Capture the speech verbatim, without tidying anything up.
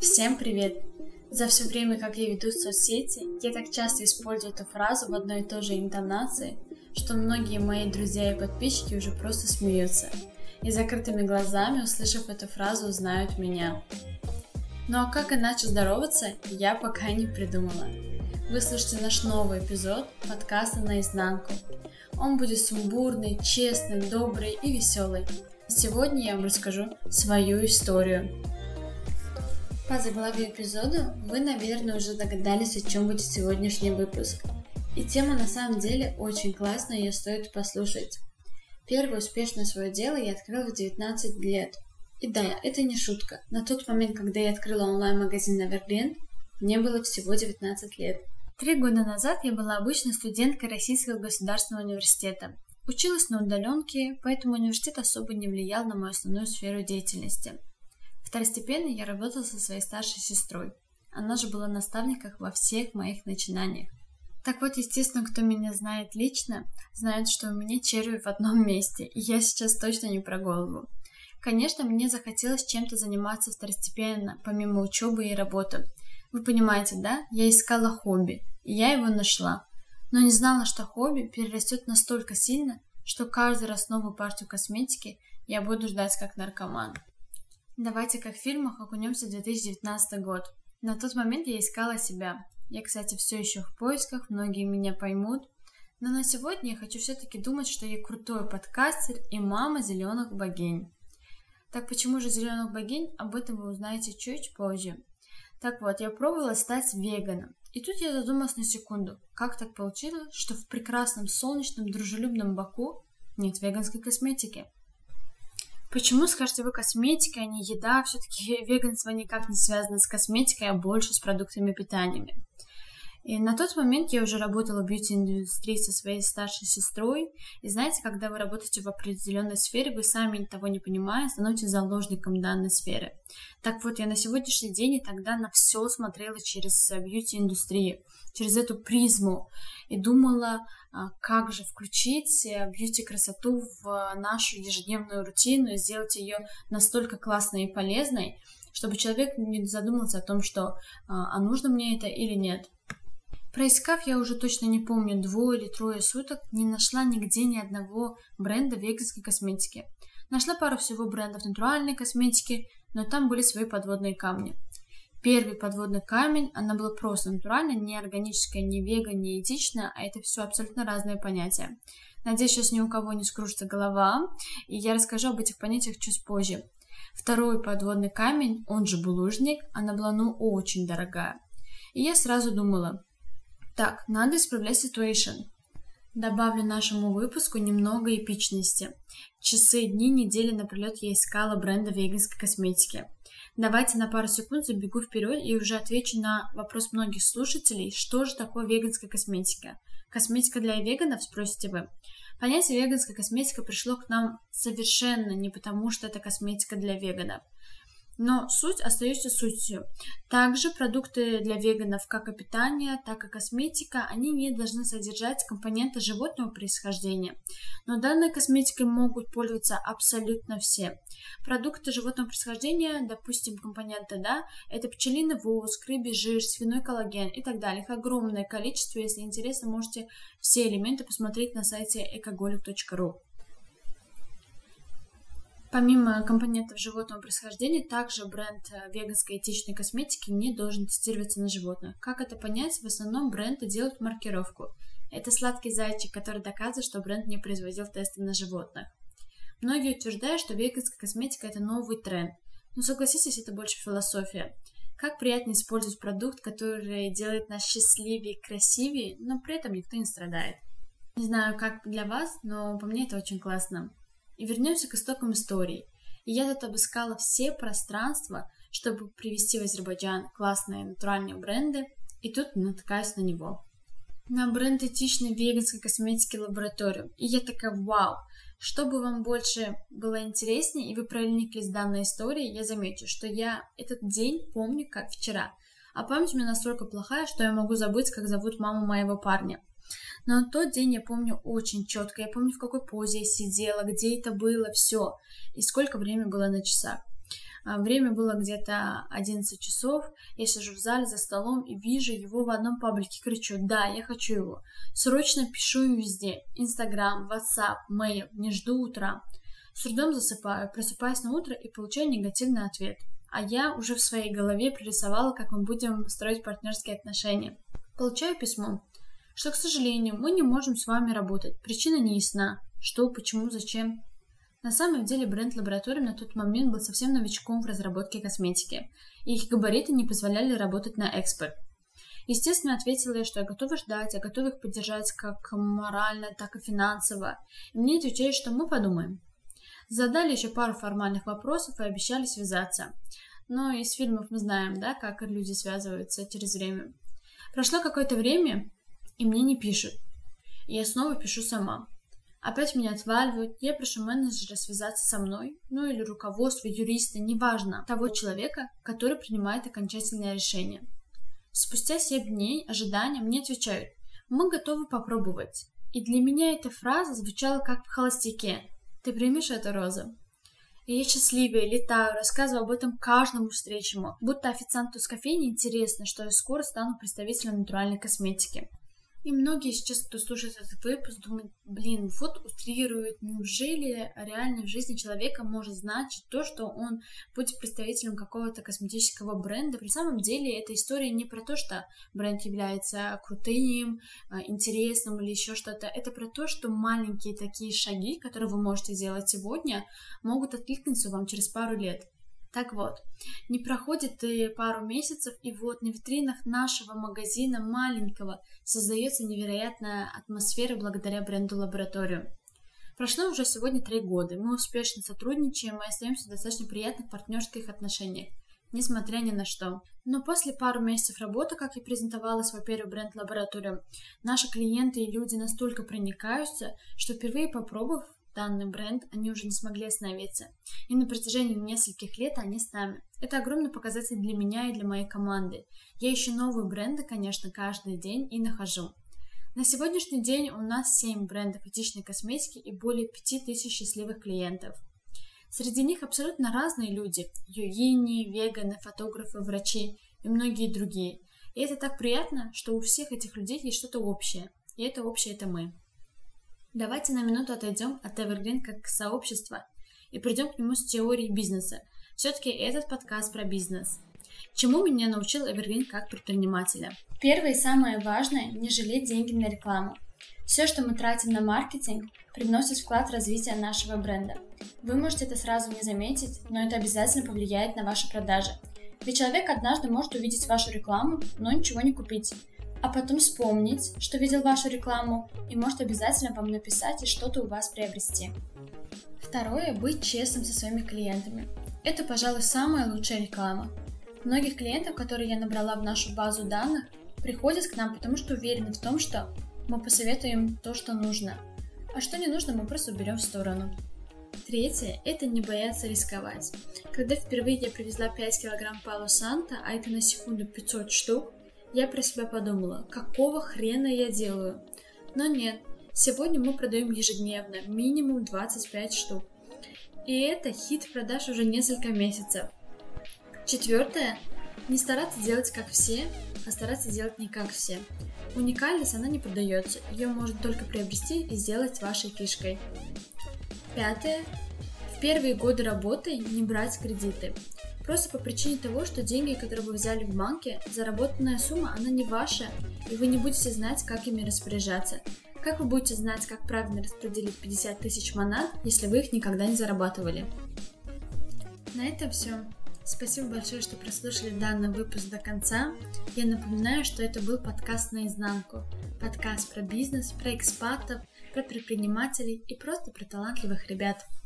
Всем привет! За все время, как я веду соцсети, я так часто использую эту фразу в одной и той же интонации, что многие мои друзья и подписчики уже просто смеются и закрытыми глазами, услышав эту фразу, узнают меня. Ну а как иначе здороваться, я пока не придумала. Вы слушаете наш новый эпизод подкаста «Наизнанку». Он будет сумбурный, честный, добрый и веселый. Сегодня я вам расскажу свою историю. По заглавию эпизода вы, наверное, уже догадались, о чем будет сегодняшний выпуск. И тема на самом деле очень классная, ее стоит послушать. Первое успешное свое дело я открыла в девятнадцать лет. И да, это не шутка. На тот момент, когда я открыла онлайн-магазин Evergreen, мне было всего девятнадцать лет. Три года назад я была обычной студенткой Российского государственного университета. Училась на удаленке, поэтому университет особо не влиял на мою основную сферу деятельности. Второстепенно я работала со своей старшей сестрой. Она же была наставником во всех моих начинаниях. Так вот, естественно, кто меня знает лично, знает, что у меня черви в одном месте, и я сейчас точно не про голову. Конечно, мне захотелось чем-то заниматься второстепенно, помимо учебы и работы. Вы понимаете, да? Я искала хобби, и я его нашла. Но не знала, что хобби перерастет настолько сильно, что каждый раз новую партию косметики я буду ждать как наркоман. Давайте, как в фильмах, окунемся в две тысячи девятнадцатый год. На тот момент я искала себя. Я, кстати, все еще в поисках, многие меня поймут. Но на сегодня я хочу все-таки думать, что я крутой подкастер и мама зеленых богинь. Так почему же зеленых богинь? Об этом вы узнаете чуть позже. Так вот, я пробовала стать веганом. И тут я задумалась на секунду, как так получилось, что в прекрасном, солнечном, дружелюбном Баку нет веганской косметики. Почему, скажете вы, косметика, а не еда? Все-таки веганство никак не связано с косметикой, а больше с продуктами питания. И на тот момент я уже работала в бьюти-индустрии со своей старшей сестрой. И знаете, когда вы работаете в определенной сфере, вы сами того не понимая, становитесь заложником данной сферы. Так вот, я на сегодняшний день и тогда на все смотрела через бьюти-индустрию, через эту призму. И думала, как же включить бьюти-красоту в нашу ежедневную рутину и сделать ее настолько классной и полезной, чтобы человек не задумался о том, что а нужно мне это или нет. Проискав, я уже точно не помню, двое или трое суток, не нашла нигде ни одного бренда веганской косметики. Нашла пару всего брендов натуральной косметики, но там были свои подводные камни. Первый подводный камень, она была просто натуральная, не органическая, не веган, не этичная, а это все абсолютно разные понятия. Надеюсь, сейчас ни у кого не скружится голова, и я расскажу об этих понятиях чуть позже. Второй подводный камень, он же булыжник, она была ну очень дорогая. И я сразу думала, так, надо исправлять ситуацию. Добавлю нашему выпуску немного эпичности. Часы, дни, недели напролет я искала бренда веганской косметики. Давайте на пару секунд забегу вперед и уже отвечу на вопрос многих слушателей, что же такое веганская косметика. Косметика для веганов, спросите вы. Понятие веганская косметика пришло к нам совершенно не потому, что это косметика для веганов. Но суть остается сутью. Также продукты для веганов, как и питание, так и косметика, они не должны содержать компоненты животного происхождения. Но данной косметикой могут пользоваться абсолютно все. Продукты животного происхождения, допустим, компоненты, да, это пчелиный воск, рыбий жир, свиной коллаген и так далее. Их огромное количество. Если интересно, можете все элементы посмотреть на сайте экоголик точка ру. Помимо компонентов животного происхождения, также бренд веганской этичной косметики не должен тестироваться на животных. Как это понять? В основном бренды делают маркировку. Это сладкий зайчик, который доказывает, что бренд не производил тесты на животных. Многие утверждают, что веганская косметика – это новый тренд. Но согласитесь, это больше философия. Как приятно использовать продукт, который делает нас счастливее и красивее, но при этом никто не страдает. Не знаю, как для вас, но по мне это очень классно. И вернемся к истокам истории. И я тут обыскала все пространства, чтобы привезти в Азербайджан классные натуральные бренды, и тут натыкаюсь на него. На бренд этичной веганской косметики Лабораториум. И я такая, вау! Чтобы вам больше было интереснее, и вы прониклись в данной историей, я замечу, что я этот день помню как вчера. А память у меня настолько плохая, что я могу забыть, как зовут маму моего парня. Но тот день я помню очень четко. Я помню, в какой позе я сидела, где это было, все. И сколько времени было на часах. Время было где-то одиннадцать часов, я сижу в зале за столом и вижу его в одном паблике, кричу: да, я хочу его. Срочно пишу им везде: Инстаграм, Ватсап, мейл, не жду утра. С трудом засыпаю, просыпаюсь на утро и получаю негативный ответ. А я уже в своей голове прорисовала, как мы будем строить партнерские отношения. Получаю письмо, что, к сожалению, мы не можем с вами работать. Причина не ясна. Что, почему, зачем? На самом деле бренд Лабораториум на тот момент был совсем новичком в разработке косметики, и их габариты не позволяли работать на экспорт. Естественно, ответила я, что я готова ждать, я готова их поддержать как морально, так и финансово. И мне отвечали, что мы подумаем. Задали еще пару формальных вопросов и обещали связаться. Но из фильмов мы знаем, да, как люди связываются через время. Прошло какое-то время, и мне не пишут. И я снова пишу сама. Опять меня отваливают, я прошу менеджера связаться со мной, ну или руководство, юриста, неважно, того человека, который принимает окончательное решение. Спустя семь дней ожидания мне отвечают: мы готовы попробовать. И для меня эта фраза звучала как в «Холостяке». Ты примешь эту розу? И я счастливая, летаю, рассказываю об этом каждому встречному, будто официанту с кофейни интересно, что я скоро стану представителем натуральной косметики. И многие сейчас, кто слушает этот выпуск, думают: блин, вот утрирует, неужели реально в жизни человека может значить то, что он будет представителем какого-то косметического бренда? При самом деле эта история не про то, что бренд является крутым, интересным или еще что-то. Это про то, что маленькие такие шаги, которые вы можете сделать сегодня, могут откликнуться вам через пару лет. Так вот, не проходит и пару месяцев, и вот на витринах нашего магазина маленького создается невероятная атмосфера благодаря бренду Лабораториум. Прошло уже сегодня три года, мы успешно сотрудничаем и остаемся в достаточно приятных партнерских отношениях, несмотря ни на что. Но после пару месяцев работы, как я презентовала свой первый бренд Лабораториум, наши клиенты и люди настолько проникаются, что впервые попробовав данный бренд, они уже не смогли остановиться. И на протяжении нескольких лет они с нами. Это огромный показатель для меня и для моей команды. Я ищу новые бренды, конечно, каждый день и нахожу. На сегодняшний день у нас семь брендов этичной косметики и более пяти тысяч счастливых клиентов. Среди них абсолютно разные люди. Йогини, веганы, фотографы, врачи и многие другие. И это так приятно, что у всех этих людей есть что-то общее. И это общее — это мы. Давайте на минуту отойдем от Evergreen как сообщества и придем к нему с теорией бизнеса. Все-таки этот подкаст про бизнес. Чему меня научил Evergreen как предпринимателя? Первое и самое важное – не жалеть деньги на рекламу. Все, что мы тратим на маркетинг, приносит вклад в развитие нашего бренда. Вы можете это сразу не заметить, но это обязательно повлияет на ваши продажи. Ведь человек однажды может увидеть вашу рекламу, но ничего не купить. А потом вспомнить, что видел вашу рекламу, и может обязательно вам написать и что-то у вас приобрести. Второе – быть честным со своими клиентами. Это, пожалуй, самая лучшая реклама. Многих клиентов, которые я набрала в нашу базу данных, приходят к нам, потому что уверены в том, что мы посоветуем то, что нужно, а что не нужно, мы просто уберем в сторону. Третье – это не бояться рисковать. Когда впервые я привезла пять килограмм Пало Санто, а это на секунду пятьсот штук, я про себя подумала, какого хрена я делаю? Но нет, сегодня мы продаем ежедневно, минимум двадцать пять штук. И это хит продаж уже несколько месяцев. Четвертое – не стараться делать как все, а стараться делать не как все. Уникальность, она не продается, ее можно только приобрести и сделать вашей фишкой. Пятое – в первые годы работы не брать кредиты. Просто по причине того, что деньги, которые вы взяли в банке, заработанная сумма, она не ваша, и вы не будете знать, как ими распоряжаться. Как вы будете знать, как правильно распределить пятьдесят тысяч монат, если вы их никогда не зарабатывали? На этом все. Спасибо большое, что прослушали данный выпуск до конца. Я напоминаю, что это был подкаст «Наизнанку». Подкаст про бизнес, про экспатов, про предпринимателей и просто про талантливых ребят.